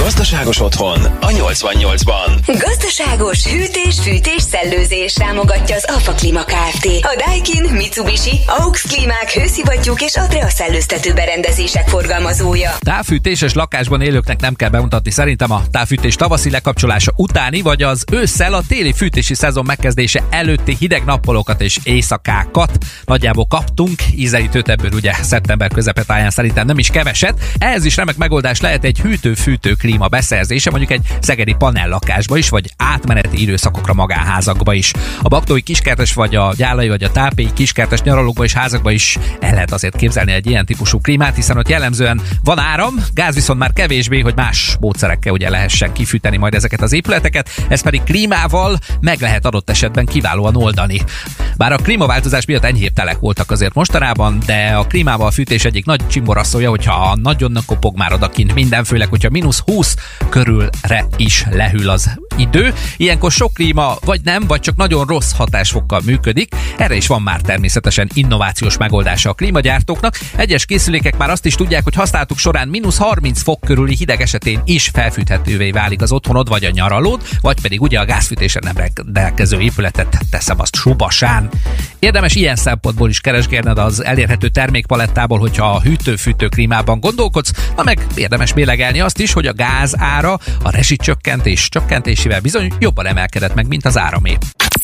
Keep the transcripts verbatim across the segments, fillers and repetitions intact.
Gazdaságos otthon a nyolcvannyolcban. Gazdaságos hűtés, fűtés, szellőzés támogatja az Alfa Klima Kft. A Daikin, Mitsubishi, AUX Klímák, hőszivattyúk és Adrea szellőztető berendezések forgalmazója. Távfűtéses lakásban élőknek nem kell bemutatni szerintem a távfűtés tavaszi lekapcsolása utáni, vagy az ősszel a téli fűtési szezon megkezdése előtti hideg nappalokat és éjszakákat nagyjából kaptunk. Ízelítőt ebből ugye szeptember közepetáján szerintem nem is keveset. Ehhez is remek megoldás lehet egy hűtő-fűtő klíma beszerzése, mondjuk egy szegedi panellakásba is, vagy átmeneti időszakokra magánházakba is. A Baktói kiskertes, vagy a Gyálai, vagy a Tápélyi kiskertes nyaralókba és házakba is el lehet azért képzelni egy ilyen típusú klímát, hiszen ott jellemzően van áram, gáz viszont már kevésbé, hogy más módszerekkel ugye lehessen kifűteni majd ezeket az épületeket, ez pedig klímával meg lehet adott esetben kiválóan oldani. Bár a klímaváltozás miatt enyhébb telek voltak azért mostanában, de a klímával a fűtés egyik nagy csimboraszója, hogyha nagyon kopog már odakint minden, főleg, hogyha mínusz húsz körülre is lehűl az idő. Ilyenkor sok klíma vagy nem, vagy csak nagyon rossz hatásfokkal működik. Erre is van már természetesen innovációs megoldása a klímagyártóknak. Egyes készülékek már azt is tudják, hogy használatuk során mínusz harminc fok körüli hideg esetén is felfűthetővé válik az otthonod vagy a nyaralód, vagy pedig ugye a gázfűtésre nem rendelkező épületet, teszem azt subasán. Érdemes ilyen szempontból is keresgélned az elérhető termékpalettából, hogyha a hűtő-fűtő klímában gondolkodsz, na meg érdemes mélegelni azt is, hogy a gáz ára a rezsicsökkentés csökkentésével bizony jobban emelkedett meg, mint az áramé.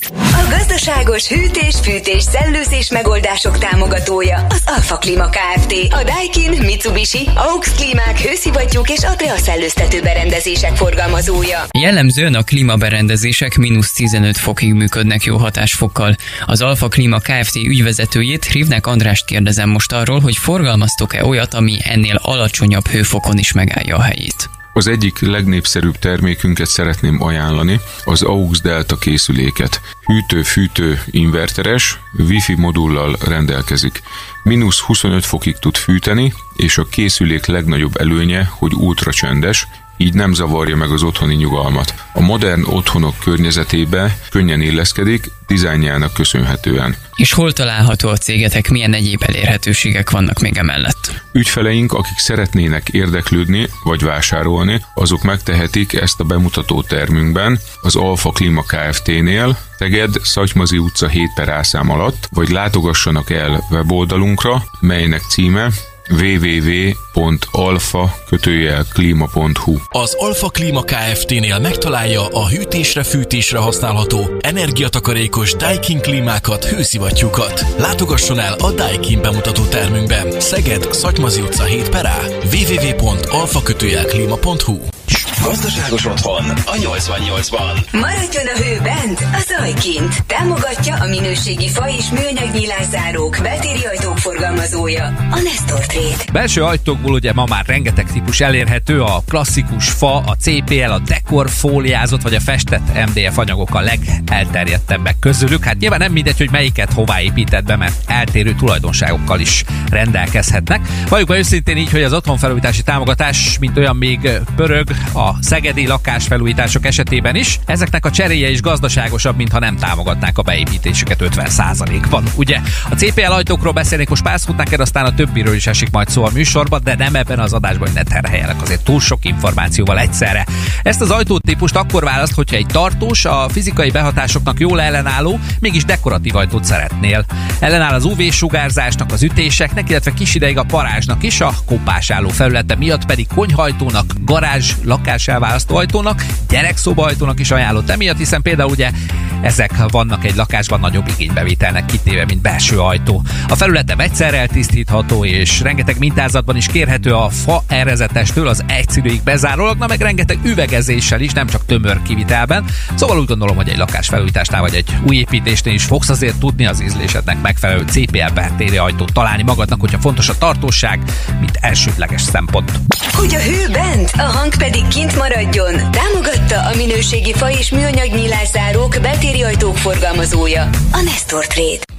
A gazdaságos hűtés, fűtés, szellőzés megoldások támogatója az Alfa Klima Kft. A Daikin, Mitsubishi, AUX Klímák, hőszivattyúk és Adrea szellőztető berendezések forgalmazója. Jellemzően a klímaberendezések mínusz tizenöt fokig működnek jó hatásfokkal. Az Alfa Klima Kft. Ügyvezetőjét, Rivnek Andrást kérdezem most arról, hogy forgalmaztok-e olyat, ami ennél alacsonyabb hőfokon is megállja a helyét. Az egyik legnépszerűbb termékünket szeretném ajánlani, az AUX Delta készüléket. Hűtő-fűtő inverteres, wifi modullal rendelkezik. mínusz huszonöt fokig tud fűteni, és a készülék legnagyobb előnye, hogy ultracsendes, így nem zavarja meg az otthoni nyugalmat. A modern otthonok környezetébe könnyen illeszkedik, dizájnjának köszönhetően. És hol található a cégetek, milyen egyéb elérhetőségek vannak még emellett? Ügyfeleink, akik szeretnének érdeklődni vagy vásárolni, azok megtehetik ezt a bemutató termünkben, az Alfa Klima Kft-nél, Szeged, Szatymazi utca hét per á szám alatt, vagy látogassanak el weboldalunkra, melynek címe double-u double-u double-u pont alfa klima pont hu. Az Alfa Klima Kft-nél megtalálja a hűtésre-fűtésre használható energiatakarékos Daikin klímákat, hőszivattyúkat. Látogasson el a Daikin bemutató termünkben. Szeged, Szatymazi utca hét per á. double-u double-u double-u pont alfa klima pont hu. Gazdaságos otthon a nyolcvannyolcban. Maradjon a hő bent, a zaj kint. Támogatja a minőségi fa és műanyag nyilászárók, beltéri ajtók forgalmazója, a Nestor Trade. Belső ajtókból ugye ma már rengeteg típus elérhető, a klasszikus fa, a cé pé el, a dekor fóliázott vagy a festett em dé ef anyagok a legelterjedtebbek közülük. Hát nyilván nem mindegy, hogy melyiket hová építed be, mert eltérő tulajdonságokkal is rendelkezhetnek. Valljuk be őszintén így, hogy az otthonfelújítási támogatás mint olyan még pörög a szegedi lakásfelújítások esetében is. Ezeknek a cseréje is gazdaságosabb, mintha nem támogatnák a beépítésüket ötven százalékban. Ugye a cé pé el ajtókról beszélnék most pár szót neked, aztán a többiről is esik majd szó a műsorban, de nem ebben az adásban, hogy ne terheljelek azért túl sok információval egyszerre. Ezt az ajtótípust akkor választ, hogyha egy tartós, a fizikai behatásoknak jól ellenálló, mégis dekoratív ajtót szeretnél. Ellenáll az ú vé-sugárzásnak, az ütéseknek, illetve kis ideig a parázsnak is, a kopás álló felülete miatt pedig konyhajtónak, garázs, lakáselválasztó ajtónak, gyerekszoba ajtónak is ajánlott emiatt, hiszen például ugye ezek vannak egy lakásban nagyobb igénybevételnek kitéve, mint belső ajtó. A felülete vegyszerrel tisztítható, és rengeteg mintázatban is kérhető a fa erezetestől az egyszülőig bezárólag, na meg rengeteg üvegezéssel is, nem csak tömör kivitelben. Szóval úgy gondolom, hogy egy lakásfelújításnál vagy egy új építésnél is fogsz azért tudni az ízlésednek megfelelő cé pé el beltéri ajtót találni magadnak, hogyha fontos a tartóság, mint elsődleges szempont. Hogy a hő bent, a hang pedig kint maradjon, támogatta a minőségi fa és műanyag nyilászárók, beltéri ajtók forgalmazója, a Nestor Trade.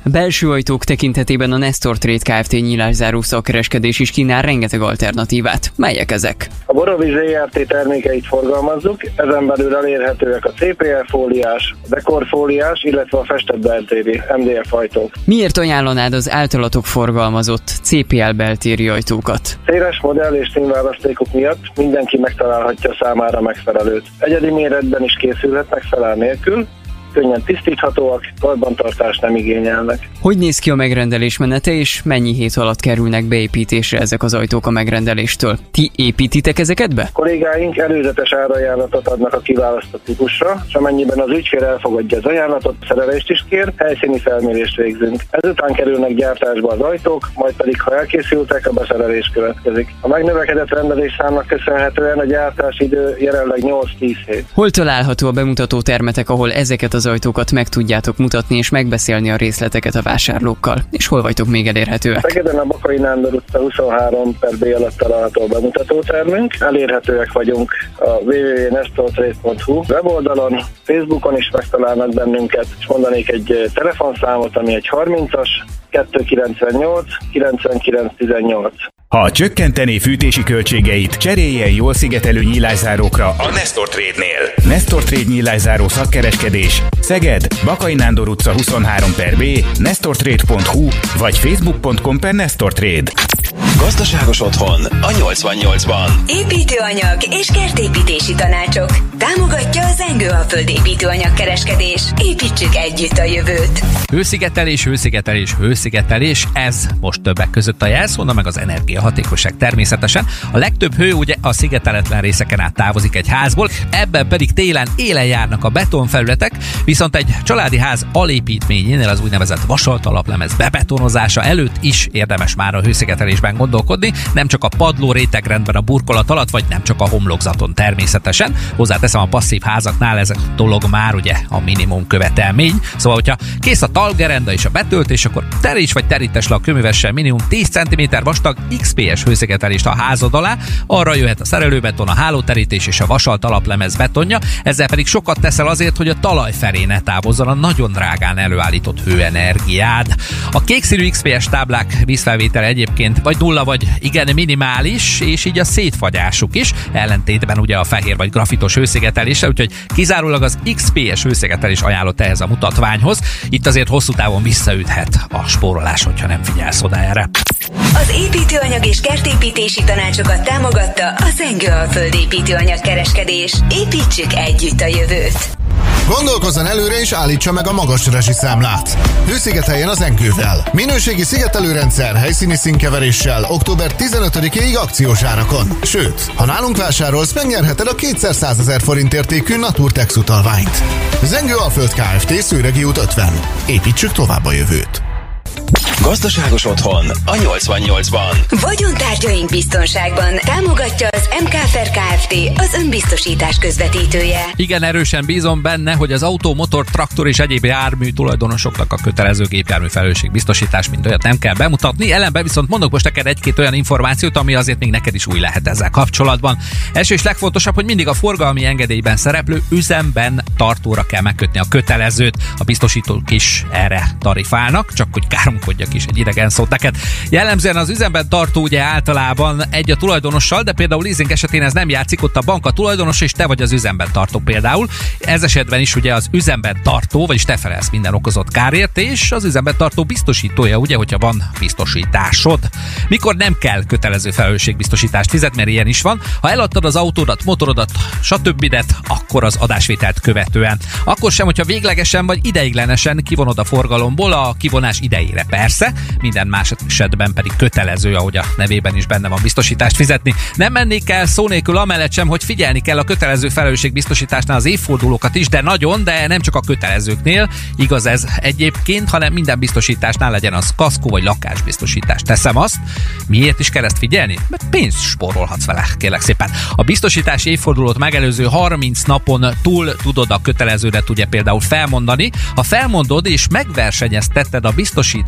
Belső ajtók tekintetében a Nestor Trade Kft. Nyílászáró szakkereskedés is kínál rengeteg alternatívát. Melyek ezek? A Borovics zé er té termékeit forgalmazzuk, ezen belül elérhetőek a cé pé el fóliás, dekorfóliás, illetve a festett beltéri em dé ef ajtók. Miért ajánlanád az általatok forgalmazott cé pé el beltéri ajtókat? Széles modell és színválasztékok miatt mindenki megtalálhatja számára megfelelőt. Egyedi méretben is készülhetnek felár nélkül, könnyen tisztíthatóak, karbantartást nem igényelnek. Hogy néz ki a megrendelés menete, és mennyi hét alatt kerülnek beépítésre ezek az ajtók a megrendeléstől? Ti építitek ezeket be? Kollégáink előzetes árajánlatot adnak a kiválasztott típusra, és amennyiben az ügyfél elfogadja az ajánlatot, szerelést is kér, helyszíni felmérést végzünk. Ezután kerülnek gyártásba az ajtók, majd pedig, ha elkészültek, a beszerelés következik. A megnövekedett rendelésszámnak köszönhetően a gyártási idő jelenleg nyolc-tíz hét. Hol található a bemutató termetek, ahol ezeket az ajtókat meg tudjátok mutatni és megbeszélni a részleteket a vásárlókkal? És hol vagytok még elérhetőek? Szegeden a Bakai Nándor utca huszonhárom per B alatt található a bemutatótermünk. Elérhetőek vagyunk a double-u double-u double-u pont nestor trade pont hu weboldalon, Facebookon is megtalálnak bennünket, és mondanék egy telefonszámot, ami egy harmincas kettőszázkilencvennyolc kilencvenkilenc tizennyolc. Ha csökkentené fűtési költségeit, cseréljen jól szigetelő nyílászárókra a Nestor Trade-nél. Nestor Trade nyílászáró szakkereskedés. Szeged, Bakai Nándor utca huszonhárom per B, nestor trade pont hu vagy facebook pont com per nestor trade. Gazdaságos otthon a nyolcvannyolcban. Építőanyag és kertépítési tanácsok. Támogatja az Zengő-Alföld építőanyag kereskedés. Építsük együtt a jövőt. Hőszigetelés, hőszigetelés, hőszigetelés, ez most többek között a jelszóna, meg az energiahatékonyság természetesen. A legtöbb hő ugye a szigeteletlen részeken át távozik egy házból, ebben pedig télen élen járnak a betonfelületek, viszont egy családi ház alépítményénél az úgynevezett vasalt alaplemez bebetonozása előtt is érdemes már a hőszigetelésben gondolkodni, nem csak a padló rétegrendben a burkolat alatt, vagy nem csak a homlokzaton természetesen. Hozzáteszem, a passzív házaknál ez a dolog már ugye a minimum követelmény. Szóval, hogyha kész a talgerenda és a betöltés, akkor teríts vagy terítes le a kőművessel minimum tíz centiméter vastag iksz pé es hőszigetelést a házad alá, arra jöhet a szerelőbeton, a hálóterítés és a vasalt alaplemez betonja, ezzel pedig sokat teszel azért, hogy a talaj felé ne távozzon a nagyon drágán előállított hőenergiád. A kékszínű iksz pé es táblák vízfelvétele egyébként vagy nulla, vagy igen minimális, és így a szétfagyásuk is, ellentétben ugye a fehér vagy grafitos hőszigeteléssel, úgyhogy kizárólag az iksz pé es hőszigetelés ajánlott ehhez a mutatványhoz. Itt azért hosszú távon visszaüthet a spórolás, hogyha nem figyelsz oda erre. Az építőanyag és kertépítési tanácsokat támogatta a Zengő-Alföld építőanyag kereskedés. Építsük együtt a jövőt. Gondolkozzon előre és állítsa meg a magas rezsiszámlát. Hőszigeteljen az Zengővel. Minőségi szigetelőrendszer helyszíni színkeveréssel október tizenötödikéig akciós árakon. Sőt, ha nálunk vásárolsz, megnyerheted a kétszáz-százezer forint értékű Naturtex utalványt. Zengő-Alföld Kft. Szőregi út ötven. Építsük tovább a jövőt. Gazdaságos otthon a nyolcvannyolcban. Vagyontárgyaink biztonságban. Támogatja az em ká ef er Kft., az önbiztosítás közvetítője. Igen, erősen bízom benne, hogy az autó, motor, traktor és egyéb jármű tulajdonosoknak a kötelező gépjármű felelősségbiztosítás mint olyat nem kell bemutatni. Ellenben viszont mondok most neked egy-két olyan információt, ami azért még neked is új lehet ezzel kapcsolatban. Első és legfontosabb, hogy mindig a forgalmi engedélyben szereplő üzemben tartóra kell megkötni a kötelezőt. A biztosítók is erre tarifálnak, csak hogy káromkodjak is egy idegen szót neked. Jellemzően az üzemben tartó ugye általában egy a tulajdonossal, de például leasing esetén ez nem játszik, ott a bank a tulajdonos, és te vagy az üzemben tartó például. Ez esetben is ugye az üzemben tartó, vagyis te felelsz minden okozott kárért, és az üzemben tartó biztosítója, ugye, hogyha van biztosításod. Mikor nem kell kötelező felelősségbiztosítást fizetni, mert ilyen is van. Ha eladtad az autódat, motorodat, stb., akkor az adásvételt követően. Akkor sem, hogyha véglegesen vagy ideiglenesen kivonod a forgalomból a kivonás idejére. Persze, minden más esetben pedig kötelező, ahogy a nevében is benne van, biztosítást fizetni. Nem mennék el szó nélkül amellett sem, hogy figyelni kell a kötelező felelősségbiztosításnál az évfordulókat is, de nagyon, de nem csak a kötelezőknél. Igaz ez egyébként, hanem minden biztosításnál, legyen az kaszkó vagy lakásbiztosítás. Teszem azt. Miért is kell ezt figyelni? Mert pénzt spórolhatsz vele, kérlek szépen. A biztosítási évfordulót megelőző harminc napon túl tudod a köteleződet ugye például felmondani. Ha felmondod és megversenyeztetted a biztosításodat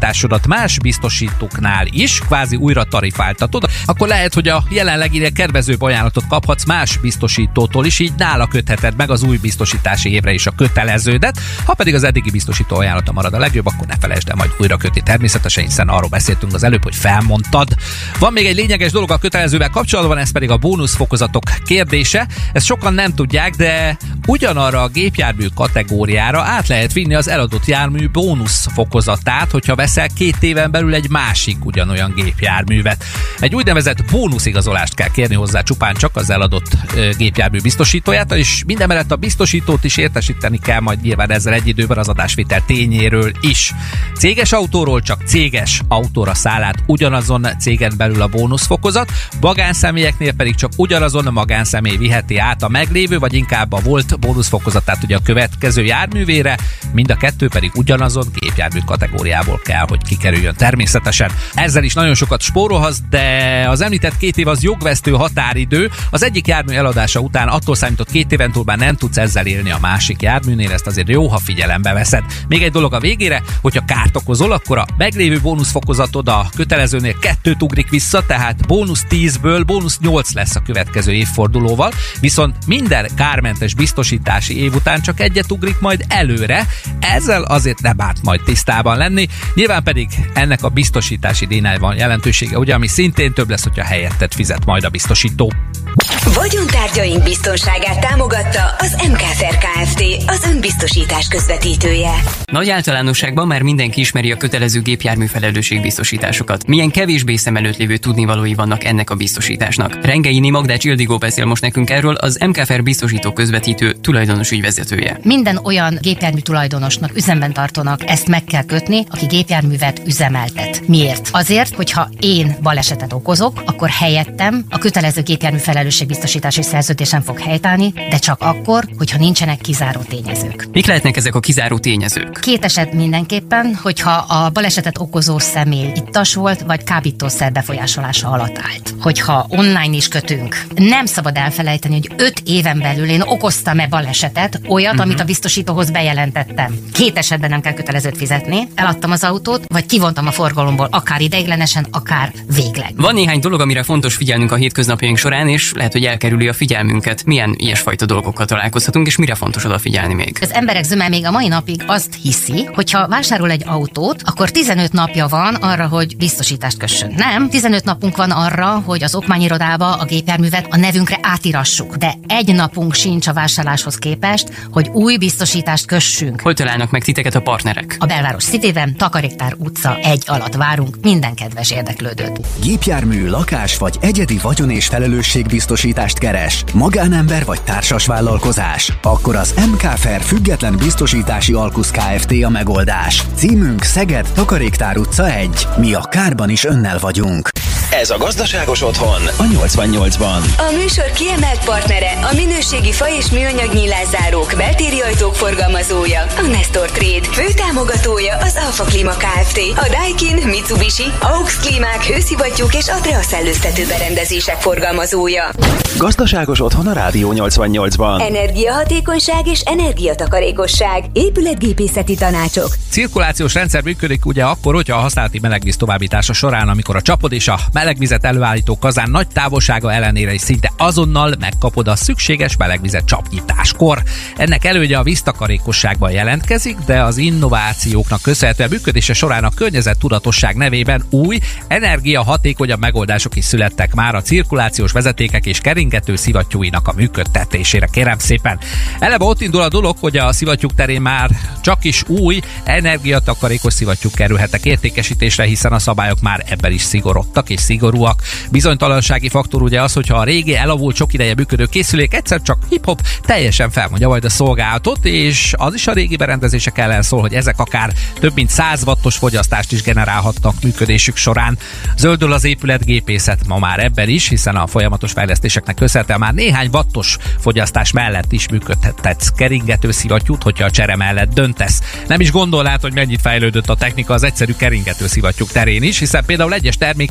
fizetett más biztosítóknál is, kvázi újra tarifáltatod, akkor lehet, hogy a jelenleginél kedvezőbb ajánlatot kaphatsz más biztosítótól is, így nála kötheted meg az új biztosítási évre is a köteleződet. Ha pedig az eddigi biztosító ajánlata marad a legjobb, akkor ne felejtsd el majd újra kötni természetesen, hiszen arról beszéltünk az előbb, hogy felmondtad. Van még egy lényeges dolog a kötelezővel kapcsolatban, ez pedig a bónuszfokozatok kérdése. Ezt sokan nem tudják, de ugyanarra a gépjármű kategóriára át lehet vinni az eladott jármű bónuszfokozatát, hogyha veszel két éven belül egy másik ugyanolyan gépjárművet. Egy úgynevezett bónuszigazolást kell kérni hozzá csupán csak az eladott ö, gépjármű biztosítóját, és mindemellett a biztosítót is értesíteni kell majd nyilván ezzel egy időben az adásvitel tényéről is. Céges autóról csak céges autóra száll át ugyanazon cégen belül a bónuszfokozat, magánszemélyeknél pedig csak ugyanazon a magánszemély viheti át a meglévő, vagy inkább a volt bónuszfokozatát ugye a következő járművére, mind a kettő pedig ugyanazon gépjármű kategóriából kell, hogy kikerüljön természetesen. Ezzel is nagyon sokat spórolhatsz, de az említett két év az jogvesztő határidő. Az egyik jármű eladása után attól számított két éven túl már nem tudsz ezzel élni a másik járműnél, ezt azért jó, ha figyelembe veszed. Még egy dolog a végére, hogyha kárt okozol, akkor a meglévő bónuszfokozatod a kötelezőnél kettőt ugrik vissza, tehát bónusz tízből bónusz nyolc lesz a következő évfordulóval, viszont minden kármentes biztosítási év után csak egyet ugrik majd előre, ezzel azért nem árt majd tisztában lenni, nyilván pedig ennek a biztosítási díjnál van jelentősége, ugye, ami szintén több lesz, hogyha helyetted fizet majd a biztosító. Vagyontárgyaink biztonságát támogatta az em ká ef er Kft., az önbiztosítás közvetítője. Nagy általánosságban már mindenki ismeri a kötelező gépjármű felelősségbiztosításokat. Milyen kevésbé szem előtt lévő tudnivalói vannak ennek a biztosításnak. Rengeini Magdács Ildigó beszél most nekünk erről, az em ká ef er biztosító közvetítő tulajdonos ügyvezetője. Minden olyan gépjármű tulajdonosnak, üzemben tartónak ezt meg kell kötni, aki gépjárművet üzemeltet. Miért? Azért, hogyha én balesetet okozok, akkor helyettem a kötelező gépjármű felelősségbiztosítási szerződésen fog helytállni, de csak akkor, hogyha nincsenek kizáró tényezők. Mik lehetnek ezek a kizáró tényezők? Két eset mindenképpen, hogyha a balesetet okozó személy ittas volt, vagy kábítószer befolyásolása alatt állt. Hogyha online is kötünk, nem szabad elfelejteni, hogy öt éven belül én okoztam-e balesetet, olyat, uh-huh. amit a biztosítóhoz bejelentettem. Két esetben nem kell kötelezőt fizetni, eladtam az autót, vagy kivontam a forgalomból, akár ideiglenesen, akár végleg. Van néhány dolog, amire fontos figyelnünk a hétköznapjaink során, és lehet, hogy elkerüli a figyelmünket. Milyen ilyesfajta dolgokkal találkozhatunk, és mire fontos odafigyelni még? Az emberek zöme még a mai napig azt hiszi, hogy ha vásárol egy autót, akkor tizenöt napja van arra, hogy biztosítást kössön. Nem, tizenöt napunk van arra, hogy az okmányirodába a gépjárművet a nevünkre átirassuk. De egy napunk sincs a vásárláshoz képest, hogy új biztosítást kössünk. Hol találnak meg titeket a partnerek? A Belváros Citében, Takaréktár utca egy alatt várunk minden kedves érdeklődőt. Gépjármű, lakás vagy egyedi vagyon és felelősségbiztosítást keres? Magánember vagy társas vállalkozás? Akkor az em ká ef er Független Biztosítási Alkusz Kft. A megoldás. Címünk Szeged, Takaréktár utca egy. Mi a kárban is önnel vagyunk. Ez a Gazdaságos Otthon a nyolcvannyolcban. A műsor kiemelt partnere, a minőségi fa és műanyag nyílászárók, beltéri ajtók forgalmazója, a Nestor Trade. Főtámogatója az Alfa Klima Kft. A Daikin, Mitsubishi, AUX klímák, hőszivattyúk és Atrea szellőztető berendezések forgalmazója. Gazdaságos Otthon a Rádió nyolcvannyolcban. Energiahatékonyság és energiatakarékosság, épületgépészeti tanácsok. Cirkulációs rendszer működik ugye akkor, hogyha a használati melegvíz továbbítása során, amikor a csapod és a melegvizet előállító kazán nagy távolsága ellenére is szinte azonnal megkapod a szükséges melegvizet csapnyitáskor. Ennek elődje a víztakarékosságban jelentkezik, de az innovációknak köszönhetően működése során a környezettudatosság nevében új, energiahatékonyabb megoldások is születtek már a cirkulációs vezetékek és keringető szivattyúinak a működtetésére, kérem szépen. Eleve ott indul a dolog, hogy a szivattyúk terén már csak is új, energiatakarékos szivattyúk kerülhetnek értékesítésre, hiszen a szabályok már ebben is szigorodtak és szigorúak. Bizonytalansági faktor ugye az, hogyha a régi elavult sok ideje működő készülék egyszer csak hip-hop teljesen felmondja majd a szolgálatot, és az is a régi berendezések ellen szól, hogy ezek akár több mint száz wattos fogyasztást is generálhatnak működésük során. Zöldül az épületgépészet ma már ebben is, hiszen a folyamatos fejlesztéseknek köszönhetően már néhány wattos fogyasztás mellett is működhetsz keringető szivattyút, hogyha a csere mellett döntesz. Nem is gondolnád, hogy mennyit fejlődött a technika az egyszerű keringető szivattyúk terén is, hiszen például egyes termékek a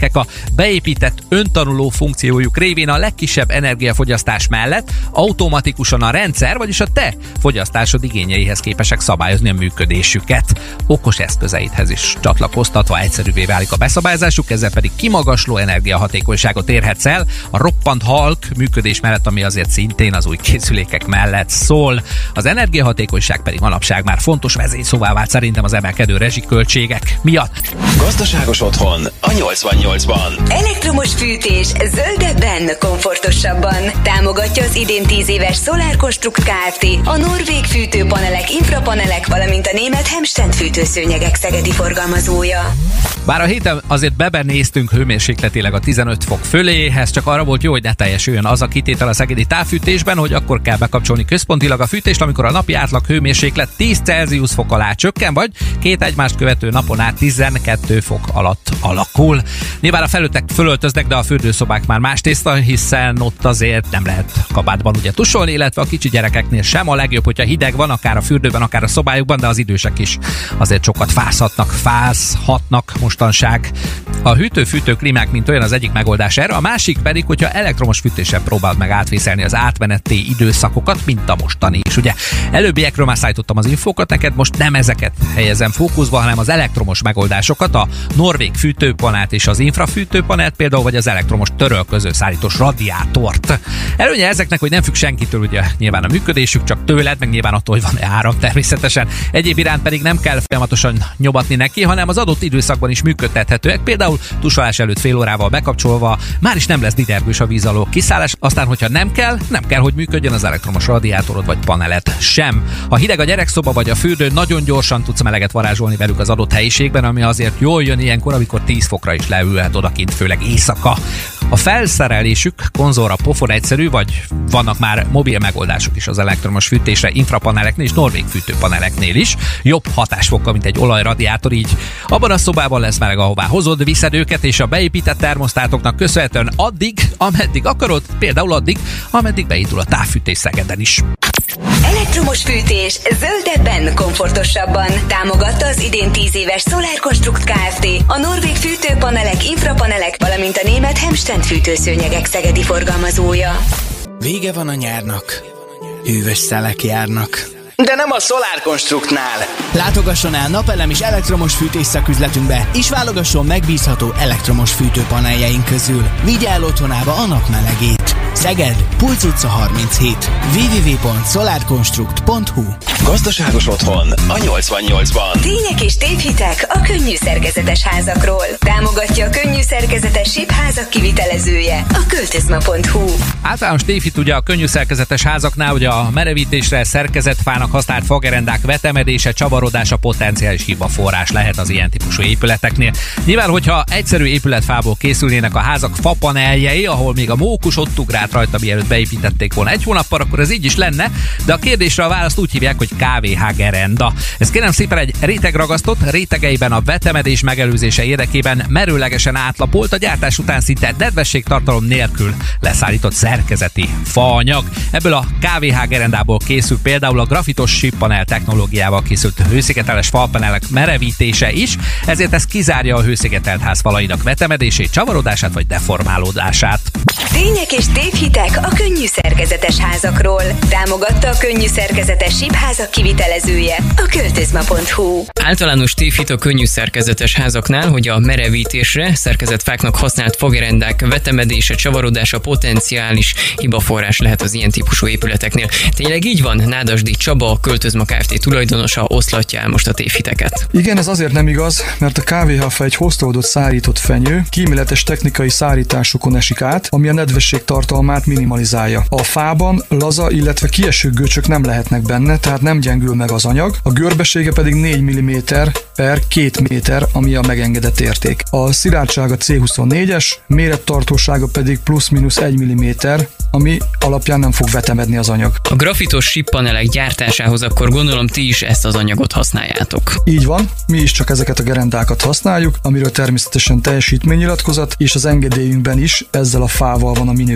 beépített öntanuló funkciójuk révén a legkisebb energiafogyasztás mellett automatikusan a rendszer, vagyis a te fogyasztásod igényeihez képesek szabályozni a működésüket. Okos eszközeidhez is csatlakoztatva egyszerűvé válik a beszabályzásuk, ezzel pedig kimagasló energiahatékonyságot érhetsz el a roppant halk működés mellett, ami azért szintén az új készülékek mellett szól. Az energiahatékonyság pedig manapság már fontos vezényszóvá vált szerintem az emelkedő rezsiköltségek miatt. Gazdaságos otthon a nyolcvannyolcban. Elektromos fűtés zöldebben, komfortosabban. Támogatja az idén tíz éves Solar Construct Kft. A norvég fűtőpanelek, infrapanelek, valamint a német Hemstend fűtőszőnyegek szegedi forgalmazója. Bár a héten azért bebenéztünk hőmérsékletileg a tizenöt fok föléhez, csak arra volt jó, hogy ne teljesüljön az a kitétel a szegedi távfűtésben, hogy akkor kell bekapcsolni központilag a fűtést, amikor a napi átlag hőmérséklet tíz Celsius fok alá csökken, vagy két egymást követő napon át tizenkét fok alatt alakul. Nyilván a felőttek fölöltöznek, de a fürdőszobák már más tészta, hiszen ott azért nem lehet kabátban ugye tusolni, illetve a kicsi gyerekeknél sem. A legjobb, hogyha hideg van, akár a fürdőben, akár a szobájukban, de az idősek is azért sokat fázhatnak, fázhatnak mostanság. A hűtő-fűtő klímák mint olyan az egyik megoldás erre, a másik pedig, hogyha elektromos fűtésen próbáld meg átvészelni az átmeneti időszakokat, mint a mostani is. Ugye előbbiekről már szállítottam az infókat neked, most nem ezeket helyezem fókuszba, hanem az elektromos megoldásokat, a norvég fűtőpanelt és az infrafűtőpanelt például, vagy az elektromos törölköző szállítós radiátort. Előnye ezeknek, hogy nem függ senkitől ugye nyilván a működésük, csak tőled, meg nyilván attól, hogy van áram természetesen. Egyéb iránt pedig nem kell folyamatosan nyomatni neki, hanem az adott időszakban is működtethetőek. Például tusolás előtt fél órával bekapcsolva már is nem lesz didergős a víz alól kiszállás, aztán hogyha nem kell, nem kell, hogy működjön az elektromos radiátorod vagy panelet sem. Ha hideg a gyerekszoba vagy a fürdő, nagyon gyorsan tudsz meleget varázsolni velük az adott helyiségben, ami azért jól jön ilyenkor, amikor tíz fokra is leülhet odakint, főleg éjszaka. A felszerelésük konzolra pofon egyszerű, vagy vannak már mobil megoldások is az elektromos fűtésre, infrapaneleknél és norvég fűtőpaneleknél is. Jobb hatásfokkal, mint egy olajradiátor, így abban a szobában lesz meleg, ahová hozod, viszed őket, és a beépített termosztátoknak köszönhetően addig, ameddig akarod, például addig, ameddig beindul a távfűtés Szegeden is. Elektromos fűtés zöldebben, komfortosabban. Támogatta az idén tíz éves Solar Construct Kft. A norvég fűtőpanelek, infrapanelek, valamint a német Hemstend fűtőszőnyegek szegedi forgalmazója. Vége van a nyárnak, hűvös szelek járnak. De nem a Solar Constructnál. Látogasson el napelem és elektromos fűtés szaküzletünkbe, és válogasson megbízható elektromos fűtőpaneljeink közül. Vigye el otthonába a napmelegét. Szeged, Pulc utca harminchét. double-u double-u double-u pont solar construct pont hu. Gazdaságos otthon a nyolcvannyolcban. Tények és tévhitek a könnyű szerkezetes házakról. Támogatja a könnyű szerkezetes sípházak kivitelezője, a költözma pont hu. Általános tévhit ugye a könnyű szerkezetes házaknál, ugye a merevítésre, szerkezetfának használt fagerendák vetemedése, csavarodása potenciális hibaforrás lehet az ilyen típusú épületeknél. Nyilván, hogyha egyszerű épületfából készülnének a házak fapaneljei, ahol még a mókus ott ugrált rajta, mielőtt beépítették volna egy hónappal, akkor ez így is lenne, de a kérdésre a választ úgy hívják, hogy ká vé há gerenda. Ez kérem szépen egy rétegragasztott, rétegeiben a vetemedés megelőzése érdekében merőlegesen átlapolt, a gyártás után szinte nedvességtartalom nélkül leszállított szerkezeti faanyag. Ebből a ká vé há gerendából készül például a grafitos síppanel technológiával készült hőszigeteles falpanelek merevítése is, ezért ez kizárja a hőszigetelt ház falainak vetemedését, csavarodását vagy deformálódását. Tények és tévhitek a könnyű szerkezetes házakról. Támogatta a könnyű szerkezetes sípházak kivitelezője, a költözma pont hu. Általános tévhit a könnyű szerkezetes házaknál, hogy a merevítésre, szerkezetfáknak használt fagerendák vetemedése, csavarodása potenciális hibaforrás lehet az ilyen típusú épületeknél. Tényleg így van? Nádasdi Csaba, a Költözma Kft. Tulajdonosa oszlatja el most a tévhiteket. Igen, ez azért nem igaz, mert a ká vé há fa egy hoztoldott szárított fenyő, kíméletes technikai szárításokon esik át, ami a nedvesség tartalmát minimalizálja. A fában laza, illetve kieső göcsök nem lehetnek benne, tehát nem gyengül meg az anyag, a görbesége pedig négy milliméter per két méter, ami a megengedett érték. A szilárdsága cé huszonnégyes, mérettartósága pedig plusz-minusz egy milliméter, ami alapján nem fog vetemedni az anyag. A grafitos síppanelek gyártásához akkor gondolom ti is ezt az anyagot használjátok. Így van, mi is csak ezeket a gerendákat használjuk, amiről természetesen teljesítménynyilatkozat, és az engedélyünkben is ezzel a fával van a minősítés.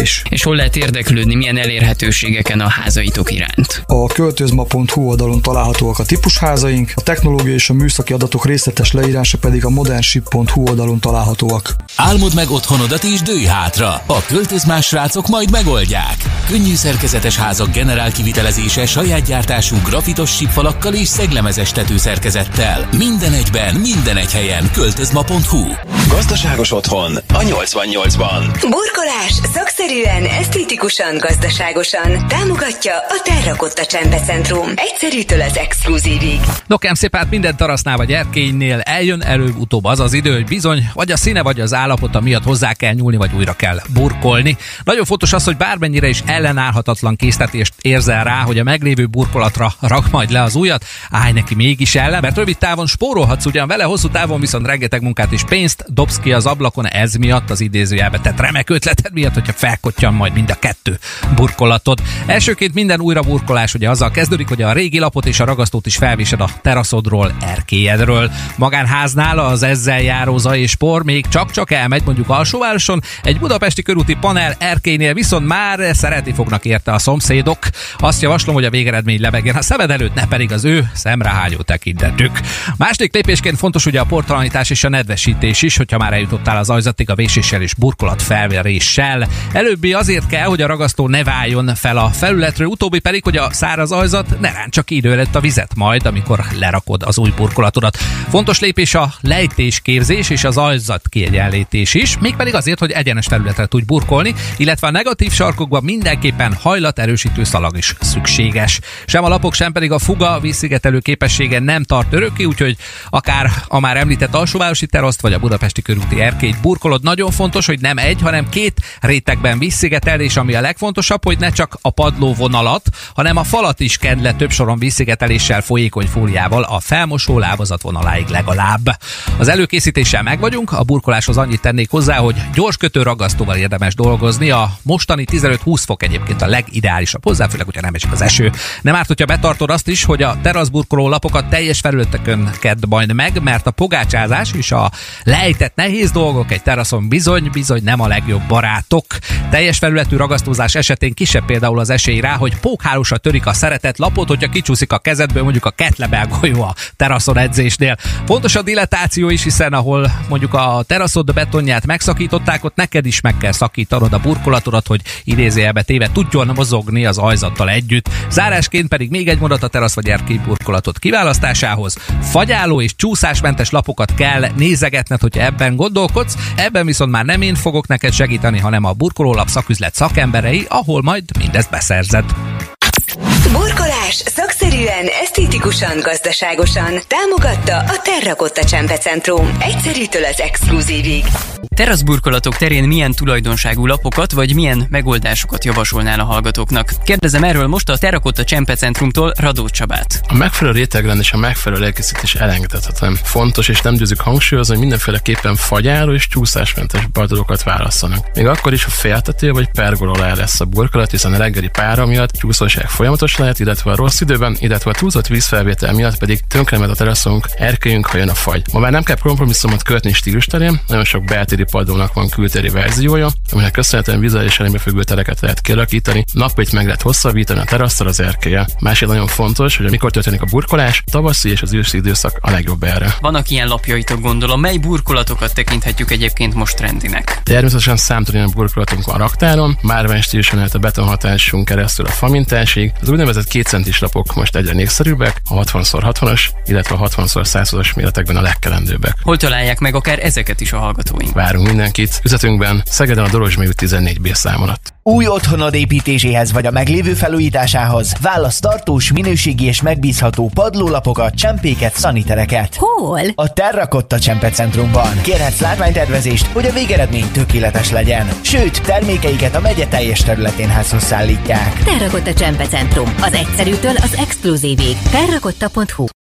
is. És hol lehet érdeklődni, milyen elérhetőségeken a házaitok iránt? A költözma pont hu oldalon találhatóak a típusházaink, a technológiai és a műszaki adatok részletes leírása pedig a modernship pont hu oldalon találhatóak. Álmod meg otthonodat és dőj hátra. A költözmás srácok majd megoldják. Könnyű szerkezetes házak generál kivitelezése saját gyártású grafitos sípfalakkal és szeglemezes tetőszerkezettel. Minden egyben, minden egy helyen. költözma pont hu. Gazdaságos otthon a nyolcvannyolcban. Burkolás szakszerűen, esztétikusan, gazdaságosan. Támogatja a Terrakotta Csempecentrum. Egyszerűtől az exkluzívig. No kém szép, hát minden terasznál vagy erkélynél eljön előbb-utóbb az az idő, hogy bizony vagy a színe, vagy az állapota miatt hozzá kell nyúlni, vagy újra kell burkolni. Nagyon fontos az, hogy bármennyire is ellenállhatatlan késztetést érzel rá, hogy a meglévő burkolatra rak majd le az újat, állj neki mégis ellen, mert rövid távon spórolhatsz ugyan vele, hosszú távon viszont rengeteg munkát és pénzt dobsz ki az ablakon, ez miatt az idézőjelbe tett remek ötleted miatt, hogyha felkottyan majd mind a kettő burkolatod. Elsőként minden újra burkolás ugye azzal kezdődik, hogy a régi lapot és a ragasztót is felvised a teraszodról, erkélyedről. Magánháznál az ezzel járó zaj és por még csak-csak elmegy, mondjuk alsóvároson, egy budapesti körúti panel erkélynél viszont már szeretni fognak érte a szomszédok. Azt javaslom, hogy a végeredmény lebegjen a szemed előtt, ne pedig az ő szemrehányó tekintetük. Második lépésként fontos ugye a portalanítás és a nedvesítés is, hogyha már eljutottál az ajzatig a véséssel és burkolat felveréssel. Előbbi azért kell, hogy a ragasztó ne váljon fel a felületről, utóbbi pedig, hogy a száraz ajzat ne ráncsa ki idő előtt a vizet majd, amikor lerakod az új burkolatodat. Fontos lépés a lejtésképzés és az ajzat kiegyenlítés is, mégpedig azért, hogy egyenes felületre tudj burkolni, illetve a negatív sarkokban mindenképpen hajlaterősítő szalag is szükséges. Sem a lapok, sem pedig a fuga vízszigetelő képessége nem tart örökké, úgyhogy akár a már említett alsóvárosi teraszt vagy a budapesti körúti erkélyt burkolod, nagyon fontos, hogy nem egy, hanem két rétegben vízszigetel, és ami a legfontosabb, hogy ne csak a padlóvonalat, hanem a falat is kend le több soron vízszigeteléssel, folyékony fóliával a felmosó lábazat vonaláig legalább. Az előkészítéssel meg vagyunk, a burkoláshoz annyit tennék hozzá, hogy gyors kötő ragasztóval érdemes dolgozni. A mostani tizenöt-húsz fok egyébként a legideálisabb hozzá, főleg, hogyha nem esik az eső. Nem árt, hogyha betartod azt is, hogy a teraszburkoló lapokat teljes felületeken kedd majd meg, mert a pogácsázás és a lejtett nehéz dolgok egy teraszon bizony-bizony nem a legjobb barátok. Teljes felületű ragasztózás esetén kisebb például az esély rá, hogy pókhálósra törik a szeretett lapot, hogyha kicsúszik a kezedből mondjuk a kettlebelgolyó a teraszon edzésnél. Fontos a dilatáció is, hiszen ahol mondjuk a teraszod betonját megszakították, ott neked is meg kell szakítanod a burkolatodat, hogy idézőjelbe téve tudjon mozogni az ajzattal együtt. Zárásként pedig még egy mondat a terasz vagy erkély burkolatot kiválasztásához. Fagyáló és csúszásmentes lapokat kell nézegetned, hogyha ebben gondolkodsz. Ebben viszont már nem én fogok neked segíteni, hanem a burkolólap szaküzlet szakemberei, ahol majd mindezt beszerzed. Burkolás szakszerűen, esztétikusan, gazdaságosan. Támogatta a Terrakotta Csempecentrum. Egyszerűtől az exkluzívig. Teraszburkolatok terén milyen tulajdonságú lapokat vagy milyen megoldásokat javasolnál a hallgatóknak? Kérdezem erről most a Terrakotta Csempecentrumtól Radó Csabát. A megfelelő rétegrend és a megfelelő elkészítés elengedhetetlen. Fontos és nem győzzük hangsúlyozni, hogy mindenféleképpen fagyáló és csúszásmentes padlókat válasszanak. Még akkor is, ha féltető vagy pergolóalá lesz a burkolat, hiszen a reggeli pára miatt csúszóság folyamatos lehet, illetve a rossz időben, illetve a túlzott vízfelvétel miatt pedig tönkremed a teraszunk, erkélyünk, ha jön a fagy. Ma már nem kell kompromisszumot kötni stílus terén, nagyon sok beltéri padlónak van kültéri verziója, aminek köszönhetően vizuális előnybefüggő tereket lehet kialakítani, nappait meg lehet hosszabbítani a terasszal az erkéllyel. Másik nagyon fontos, hogy mikor történik a burkolás, tavaszi és az őszi időszak a legjobb erre. Vannak ilyen lapjaitok, gondolom, mely burkolatokat tekinthetjük egyébként most trendinek? Természetesen számtalan burkolatunk van a raktáron, márvány stíluson lehet a betonhatásunk keresztül a famintásig. Az úgynevezett kétcentis lapok most egyre népszerűbbek, a hatvan szor hatvanas, illetve a hatvan szor százas méretekben a legkelendőbbek. Hol találják meg akár ezeket is a hallgatóink? Várunk mindenkit üzletünkben, Szegeden a Dorozsmai út tizennégy B szám alatt. Új otthonod építéséhez vagy a meglévő felújításához válasz tartós, minőségi és megbízható padlólapokat, csempéket, szanitereket. Hol? A Terrakotta Csempecentrumban. Kérhetsz látványtervezést, hogy a végeredmény tökéletes legyen. Sőt, termékeiket a megye teljes területén házhoz szállítják. Terrakotta Csempecentrum. Az egyszerűtől az exkluzívig. terrakotta pont hu